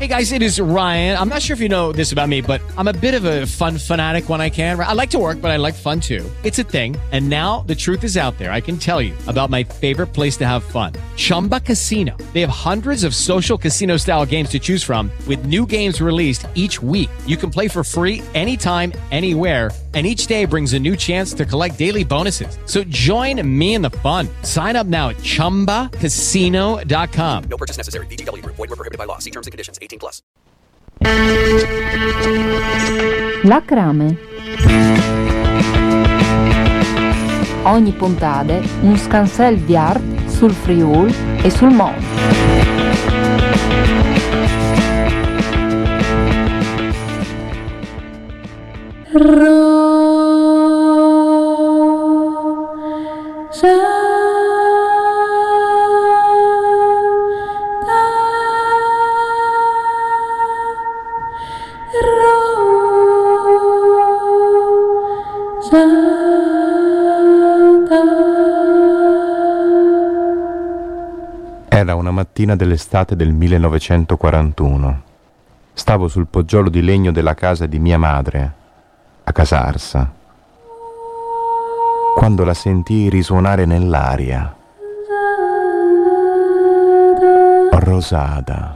Hey guys, it is Ryan. I'm not sure if you know this about me, but I'm a bit of a fun fanatic when I can. I like to work, but I like fun too. It's a thing. And now the truth is out there. I can tell you about my favorite place to have fun. Chumba Casino. They have hundreds of social casino style games to choose from with new games released each week. You can play for free anytime, anywhere. And each day brings a new chance to collect daily bonuses. So join me in the fun. Sign up now at ChumbaCasino.com. No purchase necessary. VGW Group. Void where prohibited by law. See terms and conditions. 18+. La Crame. Ogni puntata un scansel di arte sul Friuli e sul mondo. Era una mattina dell'estate del 1941. Stavo sul poggiolo di legno della casa di mia madre, a Casarsa, quando la sentii risuonare nell'aria. Rosada.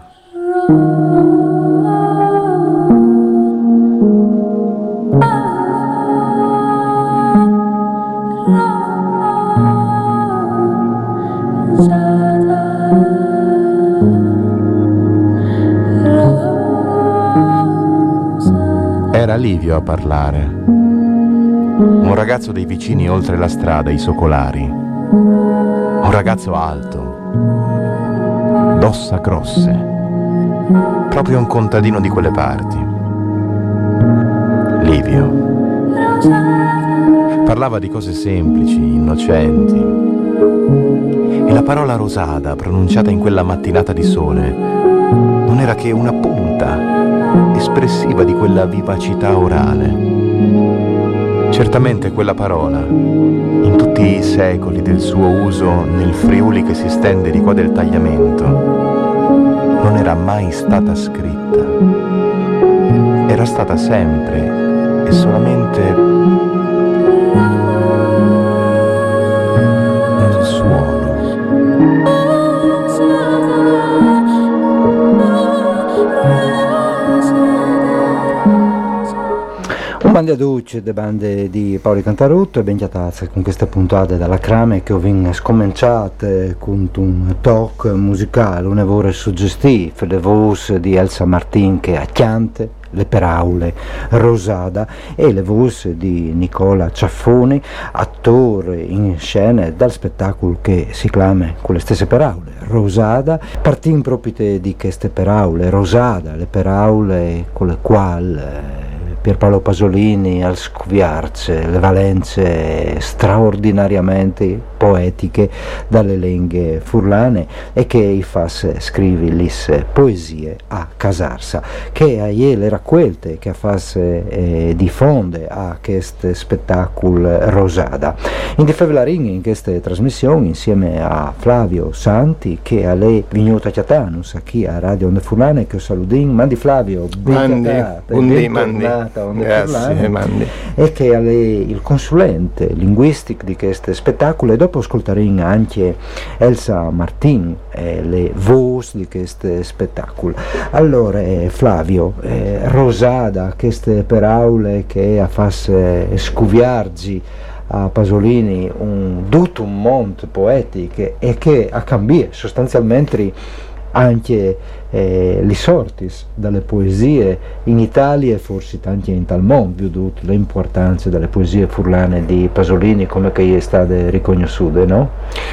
Era Livio a parlare, un ragazzo dei vicini oltre la strada, i Socolari, un ragazzo alto, d'ossa grosse, proprio un contadino di quelle parti. Livio parlava di cose semplici, innocenti, e la parola rosada, pronunciata in quella mattinata di sole, non era che una punta espressiva di quella vivacità orale. Certamente quella parola, in tutti i secoli del suo uso nel Friuli che si stende di qua del tagliamento, non era mai stata scritta. Era stata sempre e solamente un suono. Bande duce, de bande di Paolo Cantarotto e ben chiatazze con queste puntate dalla Crame che ho scominciate con un talk musicale, un evore suggestivo, le voci di Elsa Martin che acchiante le paraule Rosada e le voci di Nicola Ciaffoni, attore in scena dal spettacolo che si chiama con le stesse paraule Rosada, partin proprio di queste paraule Rosada, le paraule con le quali Pierpaolo Pasolini al scuviarci le valenze straordinariamente poetiche dalle lingue furlane e che fa scrivi lisse poesie a Casarsa, che a le raccolte che fa diffonde a questo spettacolo Rosada. In Fevlarin in queste trasmissioni insieme a Flavio Santi che a lei vignuta chiatanus a chi a Radio Onde Furlane che saludin mandi Flavio bentornata Grazie, Mandi. E che è il consulente linguistico di questo spettacolo e dopo ascolteremo anche Elsa Martin le voci di questo spettacolo. Allora Flavio, Rosada, queste parole che a farsi scuviargi a Pasolini un mondo poetico e che a cambiare sostanzialmente anche li sortis dalle poesie in Italia e forse anche in tal mondo, veduto l'importanza delle poesie furlane di Pasolini come che è state riconosciute, no?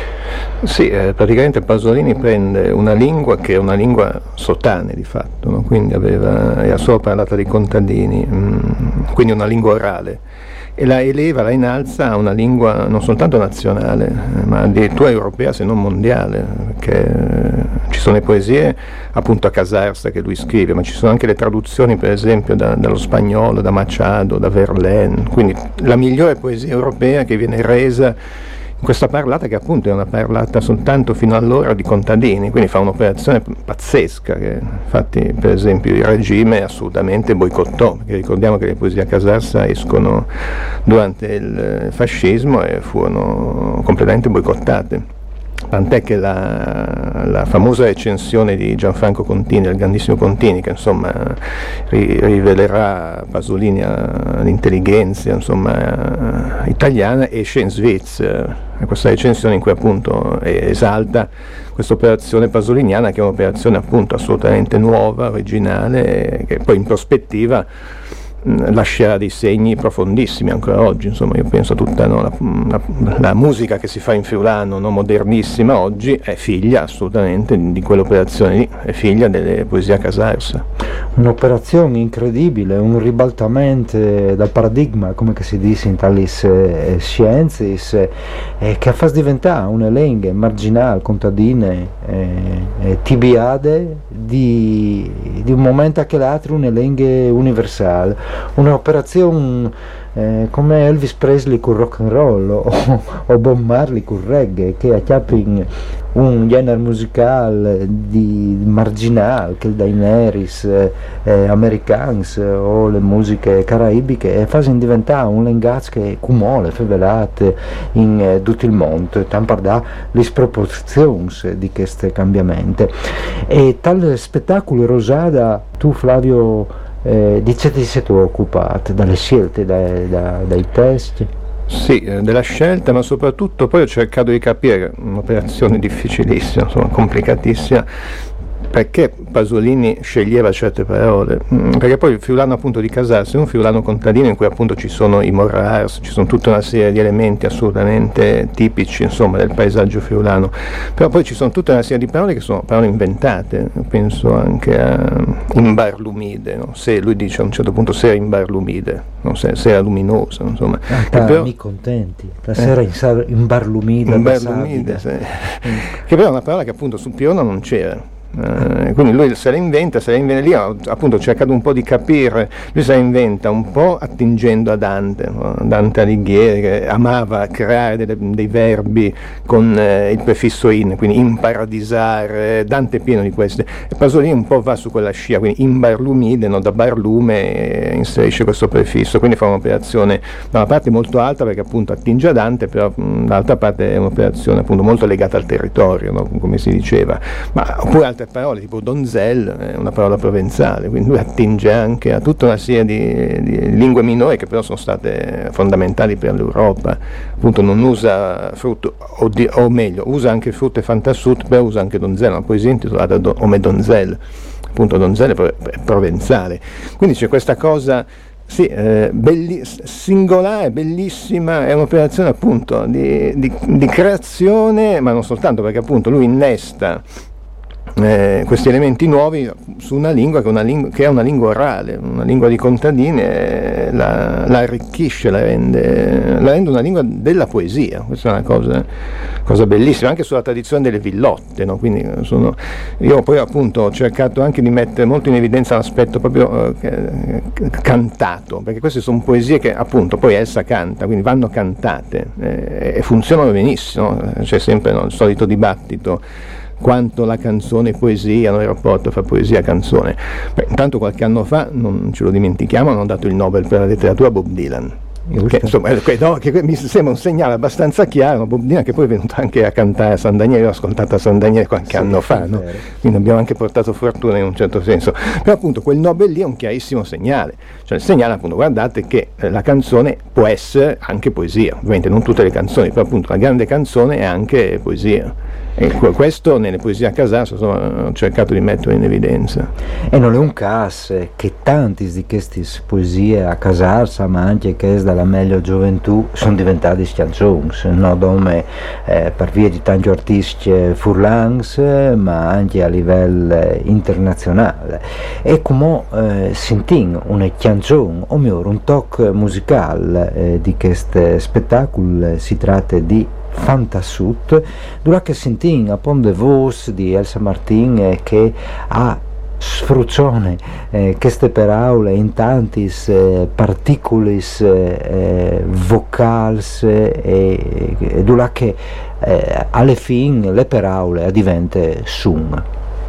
Sì, praticamente Pasolini prende una lingua che è una lingua sottane di fatto, no? Quindi era solo parlata dai contadini, quindi una lingua orale, e la eleva, la innalza a una lingua non soltanto nazionale, ma addirittura europea se non mondiale, perché ci sono le poesie appunto a Casarsa che lui scrive, ma ci sono anche le traduzioni per esempio dallo spagnolo, da Machado, da Verlaine, quindi la migliore poesia europea che viene resa questa parlata che appunto è una parlata soltanto fino allora di contadini, quindi fa un'operazione pazzesca che infatti per esempio il regime assolutamente boicottò, perché ricordiamo che le poesie a Casarsa escono durante il fascismo e furono completamente boicottate. Tant'è che la famosa recensione di Gianfranco Contini, il grandissimo Contini, che insomma rivelerà Pasolini all'intelligenza insomma italiana, esce in Svizzera, questa recensione in cui appunto esalta questa operazione pasoliniana, che è un'operazione appunto assolutamente nuova, originale, che poi in prospettiva lascerà dei segni profondissimi ancora oggi. Insomma, io penso tutta la musica che si fa in friulano, modernissima oggi, è figlia assolutamente di quell'operazione lì, è figlia delle poesie a Casarsa. Un'operazione incredibile, un ribaltamento dal paradigma, come che si dice in tali scienze, che fa diventare una lingua marginale, contadine, tibiade di un momento a che l'altro una lingua universale. Un'operazione come Elvis Presley con rock and roll o Bob Marley con reggae, che acchiappi un genere musicale di marginale che dai Neris americans o le musiche caraibiche, e fa diventare un linguaggio che cumole, fevelate in tutto il mondo, tanto da le sproporzioni di questi cambiamenti. E tale spettacolo Rosada, tu Flavio, di che ti sei occupato? Dalle scelte, dai testi? Sì, della scelta, ma soprattutto poi ho cercato di capire, un'operazione difficilissima, insomma complicatissima, perché Pasolini sceglieva certe parole, perché poi il friulano appunto di Casarsa è un friulano contadino in cui appunto ci sono i morrars, ci sono tutta una serie di elementi assolutamente tipici insomma del paesaggio friulano, però poi ci sono tutta una serie di parole che sono parole inventate. Penso anche a Imbarlumide, no? Se lui dice a un certo punto sera Imbarlumide, no? Se era luminosa, insomma, però mi contenti la sera Imbarlumide, sì. Che però è una parola che appunto sul Piona non c'era. Quindi lui se la inventa lì, appunto ho cercato un po' di capire, lui se la inventa un po' attingendo a Dante, no? Dante Alighieri, che amava creare dei verbi con il prefisso in, quindi imparadisare, Dante è pieno di queste, e Pasolini un po' va su quella scia, quindi imbarlumide, no? Da barlume inserisce questo prefisso, quindi fa un'operazione da una parte molto alta perché appunto attinge a Dante, però dall'altra parte è un'operazione appunto molto legata al territorio, no? Come si diceva, ma oppure altre parole tipo donzelle è una parola provenzale, quindi lui attinge anche a tutta una serie di lingue minori che però sono state fondamentali per l'Europa. Appunto non usa frutto, o meglio usa anche frutto e fantassut, però usa anche donzelle, una poesia intitolata Ome donzelle, appunto donzelle è provenzale, quindi c'è questa cosa. Sì, singolare, bellissima, è un'operazione appunto di creazione, ma non soltanto, perché appunto lui innesta questi elementi nuovi su una lingua che è una lingua orale, una lingua di contadini, la arricchisce, la rende una lingua della poesia. Questa è una cosa bellissima, anche sulla tradizione delle villotte, no? Quindi io poi appunto ho cercato anche di mettere molto in evidenza l'aspetto proprio cantato, perché queste sono poesie che appunto poi Elsa canta, quindi vanno cantate e funzionano benissimo. C'è sempre, no, il solito dibattito quanto la canzone e poesia, il rapporto fra poesia e canzone. Intanto qualche anno fa, non ce lo dimentichiamo, hanno dato il Nobel per la letteratura a Bob Dylan. Che, insomma, che mi sembra un segnale abbastanza chiaro, Bob Dylan che poi è venuto anche a cantare a San Daniele, io ho ascoltato a San Daniele qualche anno fa, no? Quindi abbiamo anche portato fortuna in un certo senso, però appunto quel Nobel lì è un chiarissimo segnale, cioè il segnale appunto, guardate che la canzone può essere anche poesia, ovviamente non tutte le canzoni, però appunto la grande canzone è anche poesia. E questo nelle poesie a Casarsa ho cercato di mettere in evidenza. E non è un caso che tanti di queste poesie a Casarsa, ma anche che dalla meglio gioventù, sono diventati canzoni, no? Dove per via di tanti artisti furlans, ma anche a livello internazionale. E come sentin una canzone, o meglio un tocco musicale di questo spettacolo, si tratta di Fantassut, durante che sentin a Pont de Vos di Elsa Martin che ha sfrucione queste parole in tantis particulis vocals e là che alle fine le parole diventano sun.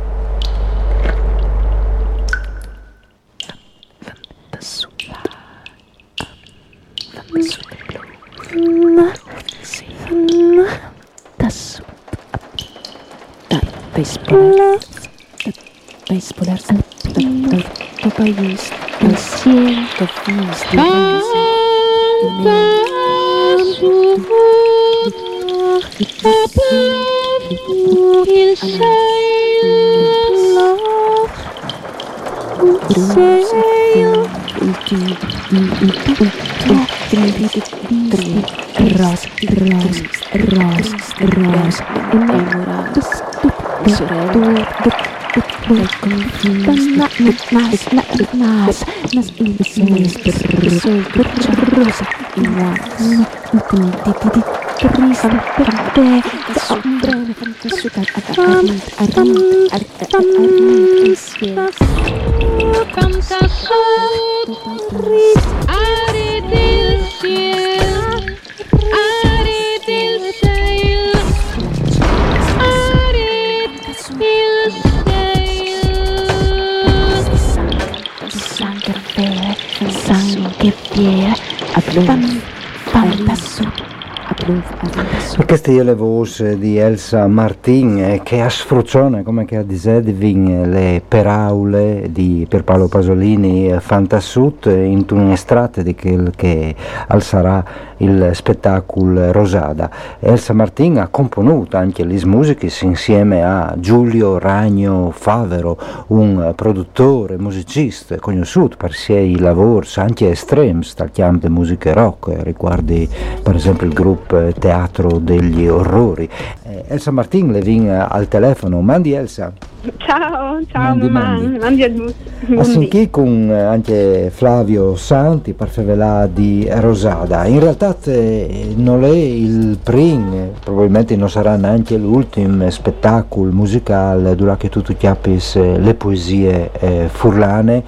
Queste sono le voci di Elsa Martin che a sfrucione, come che a disedvin le parole di Pierpaolo Pasolini Fantassut in un'estratte di quel che sarà il spettacolo Rosada. Elsa Martin ha componuto anche le musiche insieme a Giulio Ragno Favero, un produttore, musicista conosciuto per i suoi lavori anche estremi dal campo di musica rock, riguardi per esempio il gruppo Teatro degli Orrori. Elsa Martin le viene al telefono. Mandi Elsa. Ciao, mandi a tutti. Assinché con anche Flavio Santi per favelà di Rosada. In realtà non è il primo, probabilmente non sarà neanche l'ultimo spettacolo musicale dove che tu chiapis le poesie furlane,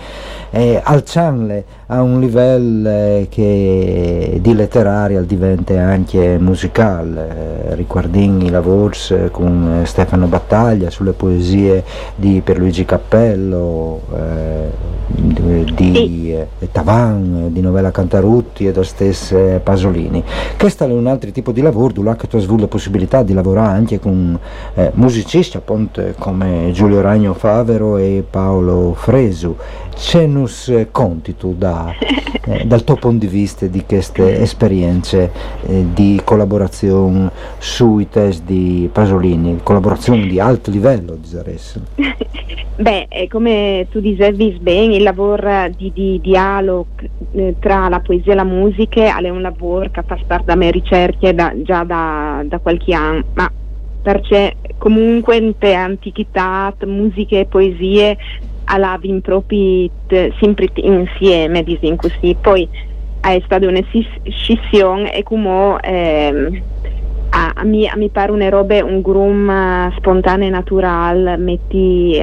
alcianle a un livello che di letteraria diventa anche musicale, riguardando i lavori con Stefano Battaglia sulle poesie di Pierluigi Cappello, di Tavan, di Novella Cantarutti e da stesse Pasolini. Questo è un altro tipo di lavoro dove tu hai avuto la possibilità di lavorare anche con musicisti appunto come Giulio Ragno Favero e Paolo Fresu. Ce nus conti tu dal tuo punto di vista di queste esperienze di collaborazione sui testi di Pasolini, collaborazione di alto livello, disaresso? Beh, come tu dicevi bene, il lavoro di dialogo tra la poesia e la musica è un lavoro che fa parte da me ricerche già da qualche anno, ma perché comunque in antichità, musiche e poesie all'avin proprio sempre insieme, diciamo così. Poi è stata una scissione e come a mi pare una roba, un grum spontaneo e naturale, metti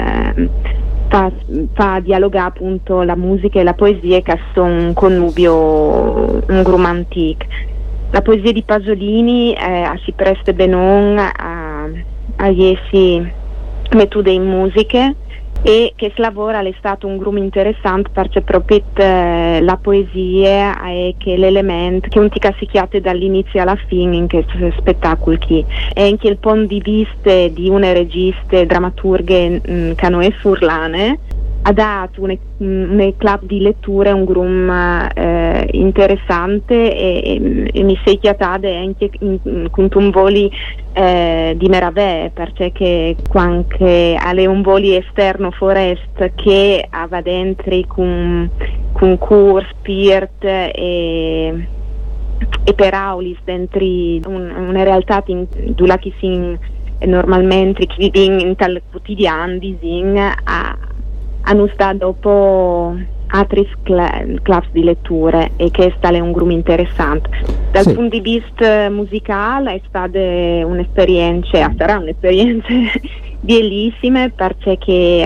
fa dialogare appunto la musica e la poesia che sono un connubio, un grum antico. La poesia di Pasolini si presta bene a essi metodi in musiche, e che lavora è stato un gruppo interessante perché proprio la poesia è che l'elemento che non ti cassichiate dall'inizio alla fine in questo spettacolo qui. E anche il punto di vista di una regista drammaturghe che non è furlane ha dato un club di letture, un gruppo interessante e mi sei chiatata anche con un voli di meraviglia, perché quando è un voli esterno forest che va dentro con cur, spirit e per aulis dentro una realtà dove chi si normalmente chi vive in tal quotidiano hanno stato dopo altri class di letture, e che è un gruppo interessante. Dal punto di vista musicale è stata un'esperienza, sarà un'esperienza bellissima, perché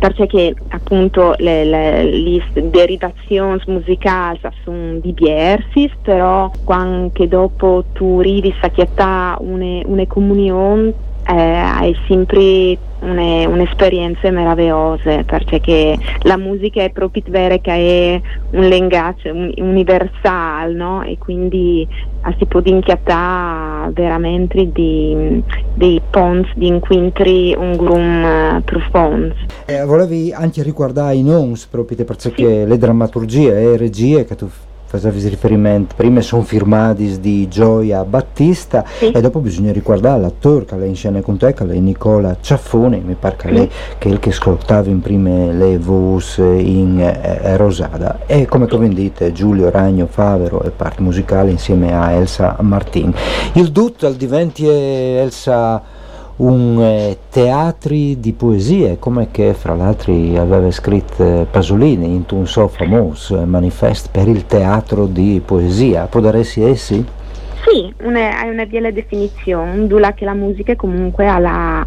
perché appunto le derivazioni musicali sono diverse, però quando dopo tu arrivi a chiedere una comunione hai sempre un'esperienza meravigliosa, perché la musica è proprio vera che è un linguaggio universale, no? E quindi si può inchiattare veramente dei ponti di incontri un gruppo profondo. Volevi anche riguardare i noms proprio perché le drammaturgie e regie che tu facevi riferimento prima sono firmati di Gioia Battista, e dopo bisogna ricordare l'attore che lei in scena con te, che lei Nicola Ciaffoni, mi pare che lei che è il che ascoltava in prime le voci in Rosada, e come dite Giulio Ragno Favero e parte musicale insieme a Elsa Martin. Il tutto diventi Elsa un teatri di poesie, come che fra l'altro aveva scritto Pasolini in un suo famoso manifesto per il teatro di poesia. Può darsi essi? Sì, hai una bella definizione, dove che la musica comunque ha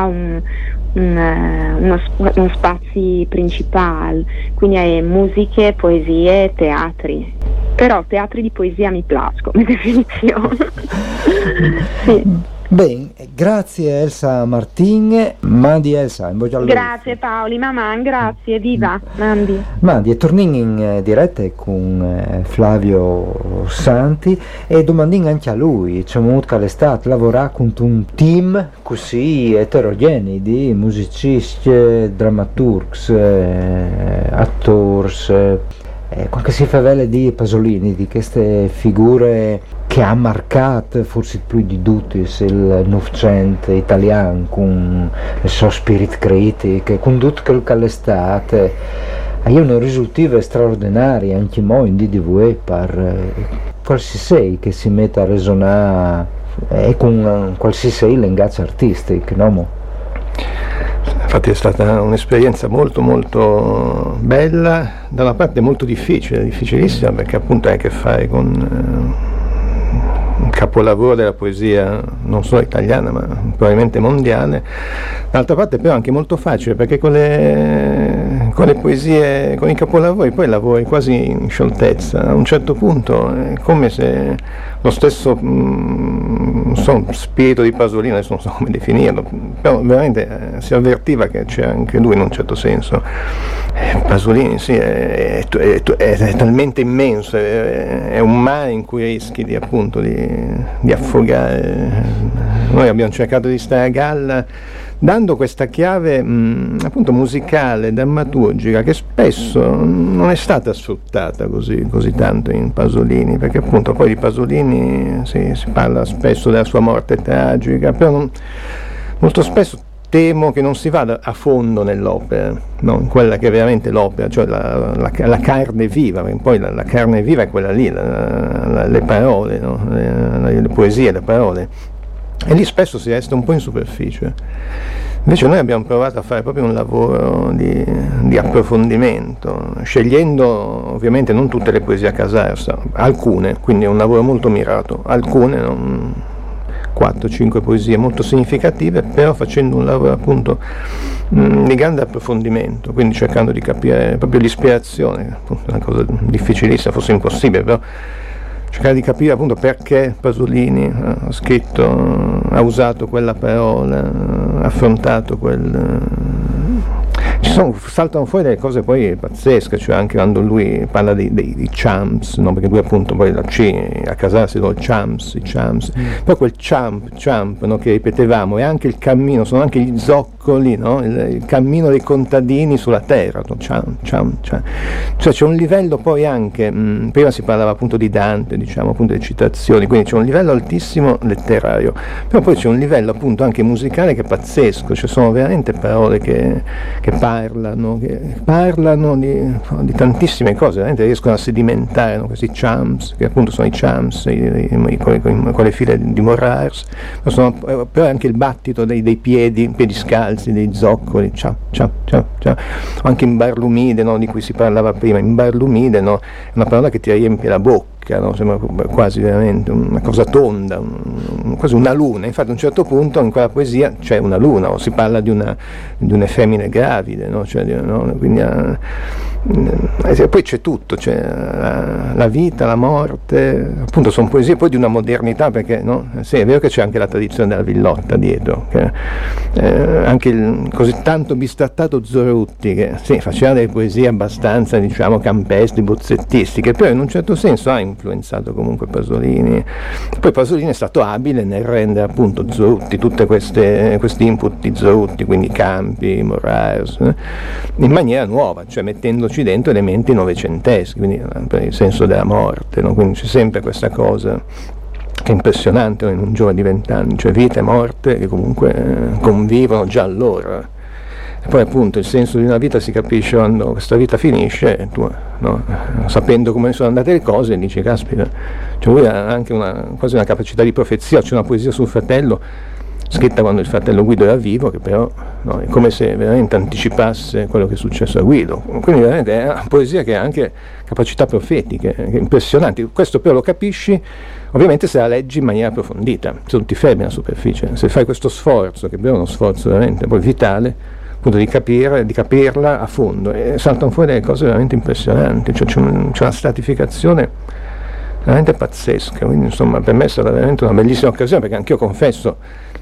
uno spazio principale, quindi hai musiche, poesie, teatri. Però teatri di poesia mi piace come definizione. Sì. Bene, grazie Elsa Martin. Mandi Elsa, in bocca al lupo. Grazie Paoli, mamma, grazie, viva, Mandi. Mandi, e torniamo in diretta con Flavio Santi e domandino anche a lui, c'è molto l'estate lavorare con un team così eterogeneo di musicisti, drammaturgs, attori, quando si fa vele di Pasolini, di queste figure che ha marcato forse più di tutti il Novecento italiano con il suo spirit critico, con tutto quello che l'estate ha un risultato straordinario anche noi in DDV per qualsiasi che si mette a resonare e con qualsiasi linguaggio artistico, no? Infatti è stata un'esperienza molto molto bella, da una parte molto difficilissima, perché appunto hai a che fare con un capolavoro della poesia non solo italiana ma probabilmente mondiale. Dall'altra parte però anche molto facile, perché con le poesie, con i capolavori poi lavori quasi in scioltezza. A un certo punto è come se lo stesso spirito di Pasolini, adesso non so come definirlo, però veramente si avvertiva che c'era anche lui in un certo senso. Pasolini sì, è talmente immenso, è un mare in cui rischi di affogare. Noi abbiamo cercato di stare a galla dando questa chiave appunto musicale, drammaturgica, che spesso non è stata sfruttata così tanto in Pasolini, perché appunto poi di Pasolini si parla spesso della sua morte tragica, però molto spesso temo che non si vada a fondo nell'opera, no? In quella che è veramente l'opera, cioè la carne viva, perché poi la carne viva è quella lì, le parole, no? Le poesie, le parole, e lì spesso si resta un po' in superficie. Invece noi abbiamo provato a fare proprio un lavoro di approfondimento, scegliendo ovviamente non tutte le poesie a casarsa, alcune, quindi è un lavoro molto mirato, alcune 4-5 poesie molto significative, però facendo un lavoro appunto di grande approfondimento, quindi cercando di capire proprio l'ispirazione, appunto una cosa difficilissima, forse impossibile, però cercare di capire appunto perché Pasolini ha usato quella parola, ha affrontato saltano fuori delle cose poi pazzesche, cioè anche quando lui parla dei chumps, no? Perché lui appunto poi la C a casarsi i chumps, poi quel chump, no? Che ripetevamo, e anche il cammino, sono anche gli zoccoli, no? Il cammino dei contadini sulla terra, no? Cioè c'è un livello poi anche, prima si parlava appunto di Dante, diciamo appunto di citazioni, quindi c'è un livello altissimo letterario, però poi c'è un livello appunto anche musicale che è pazzesco, cioè sono veramente parole che parlano di tantissime cose, veramente riescono a sedimentare, no? Questi chumps, che appunto sono i chumps con le file di Morars, però anche il battito dei piedi scalzi, dei zoccoli, anche in Barlumide, no? Di cui si parlava prima, in Barlumide, no? È una parola che ti riempie la bocca, zucca, no? Sembra quasi veramente una cosa tonda, quasi una luna. Infatti a un certo punto in quella poesia c'è una luna, o si parla di una femmine gravide, no? Cioè, no? Quindi, poi c'è tutto, c'è la vita, la morte, appunto sono poesie poi di una modernità, perché no? Sì, è vero che c'è anche la tradizione della villotta dietro, che, anche il così tanto bistrattato Zorutti, che sì, faceva delle poesie abbastanza, diciamo, campestri, bozzettistiche, però in un certo senso ha influenzato comunque Pasolini. Poi Pasolini è stato abile nel rendere appunto Zorutti, tutte questi input di Zorutti, quindi Campi, Moraes, in maniera nuova, cioè mettendoci dentro elementi novecenteschi, quindi per il senso della morte, no? Quindi c'è sempre questa cosa che è impressionante, no? In un giovane di 20 anni, cioè vita e morte che comunque convivono già allora. E poi appunto il senso di una vita si capisce quando questa vita finisce, e tu, no? Sapendo come sono andate le cose, dici caspita, cioè lui ha anche quasi una capacità di profezia. C'è una poesia sul fratello scritta quando il fratello Guido era vivo, che però no, è come se veramente anticipasse quello che è successo a Guido. Quindi veramente è una poesia che ha anche capacità profetiche, impressionanti. Questo però lo capisci ovviamente se la leggi in maniera approfondita, se non ti fermi alla superficie, se fai questo sforzo, che è uno sforzo veramente poi vitale, appunto di capirla a fondo, e saltano fuori delle cose veramente impressionanti, cioè c'è una stratificazione veramente pazzesca. Quindi insomma per me è stata veramente una bellissima occasione, perché anch'io confesso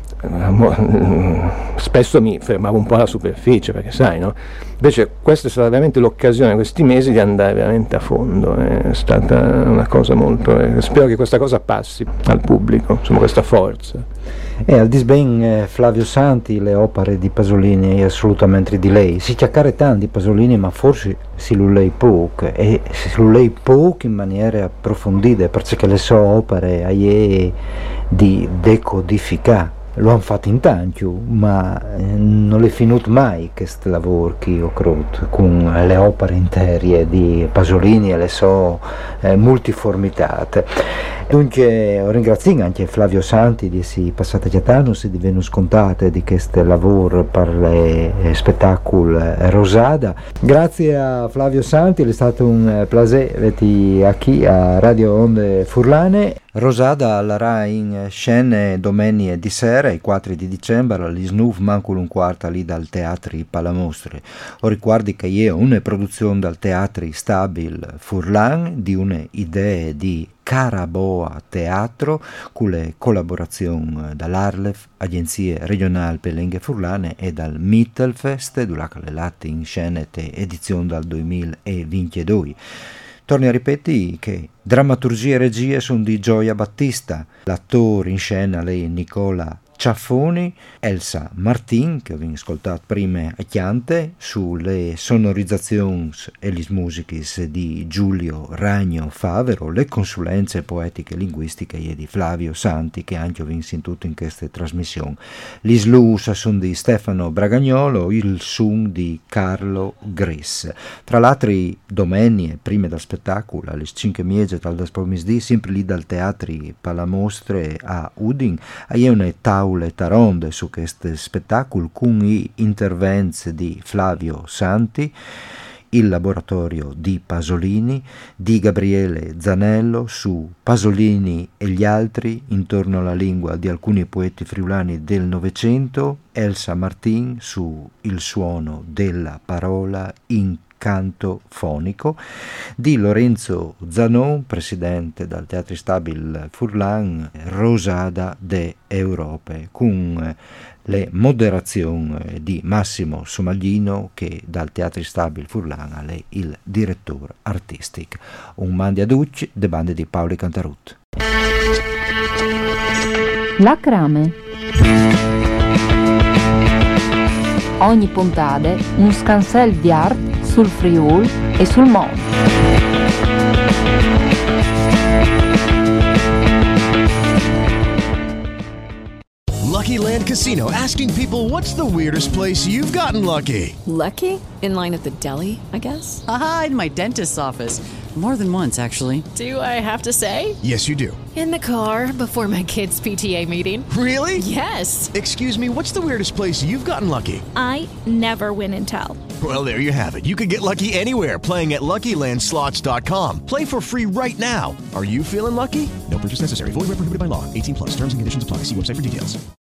spesso mi fermavo un po' alla superficie, perché sai, no? Invece questa è stata veramente l'occasione, questi mesi, di andare veramente a fondo. È stata una cosa molto, spero che questa cosa passi al pubblico, insomma, questa forza. E al disben Flavio Santi, le opere di Pasolini assolutamente di lei. Si chiacchiera tanto di Pasolini, ma forse si lo lei poco, e si lo lei poco in maniera approfondita, perché le sue opere è di decodificare. Lo hanno fatto in tanto, ma non è finito mai questo lavoro che ho creato con le opere intere di Pasolini e le sue multiformità. Dunque ringrazio anche Flavio Santi di essere passato già tanto, si divenne scontate di questo lavoro per le spettacolo Rosada. Grazie a Flavio Santi, è stato un piacere avere qui a Radio Onde Furlane. Rosada l'arà in scene domenica di sera, il 4 di dicembre, alle 9:15 lì dal Teatro Palamostre. O ricordi che è una produzione dal Teatro Stabil Furlan di una idea di Caraboa Teatro, con le collaborazioni dall'Arlef, Agenzie Regionali per le Lingue Furlane, e dal Mittelfest, dove le latte in scene edizione dal 2022. Torni a ripetere che drammaturgia e regia sono di Gioia Battista, l'attore in scena lei Nicola Ciaffoni, Elsa Martin, che abbiamo ascoltato prima a Chiante, sulle sonorizzazioni e le musiche di Giulio Ragno Favero, le consulenze poetiche e linguistiche di Flavio Santi, che anche abbiamo sentito in queste trasmissioni. Le slusa sono di Stefano Bragagnolo, il sun di Carlo Gris. Tra l'altro domeniche, prime dal spettacolo, alle 5:30 dal pomeriggio, sempre lì dal Teatro Palamostre a Udin, è una taule taronde su questo spettacolo con gli interventi di Flavio Santi, il laboratorio di Pasolini, di Gabriele Zanello su Pasolini e gli altri intorno alla lingua di alcuni poeti friulani del Novecento, Elsa Martin su il suono della parola in canto fonico, di Lorenzo Zanon, presidente del Teatro Stabil Furlan, Rosada de Europe, con le moderazioni di Massimo Somaglino, che dal Teatro Stabil Furlan è il direttore artistico. Un mandi a Ducci, de bande di Paoli Cantarut. La Crame. Ogni puntata un scansel di arte sul Friuli e sul mondo. Lucky Land Casino, asking people, what's the weirdest place you've gotten lucky? Lucky? In line at the deli, I guess? Aha, in my dentist's office. More than once, actually. Do I have to say? Yes, you do. In the car before my kids' PTA meeting. Really? Yes. Excuse me, what's the weirdest place you've gotten lucky? I never win and tell. Well, there you have it. You can get lucky anywhere, playing at LuckyLandSlots.com. Play for free right now. Are you feeling lucky? No purchase necessary. Void where prohibited by law. 18+. Terms and conditions apply. See website for details.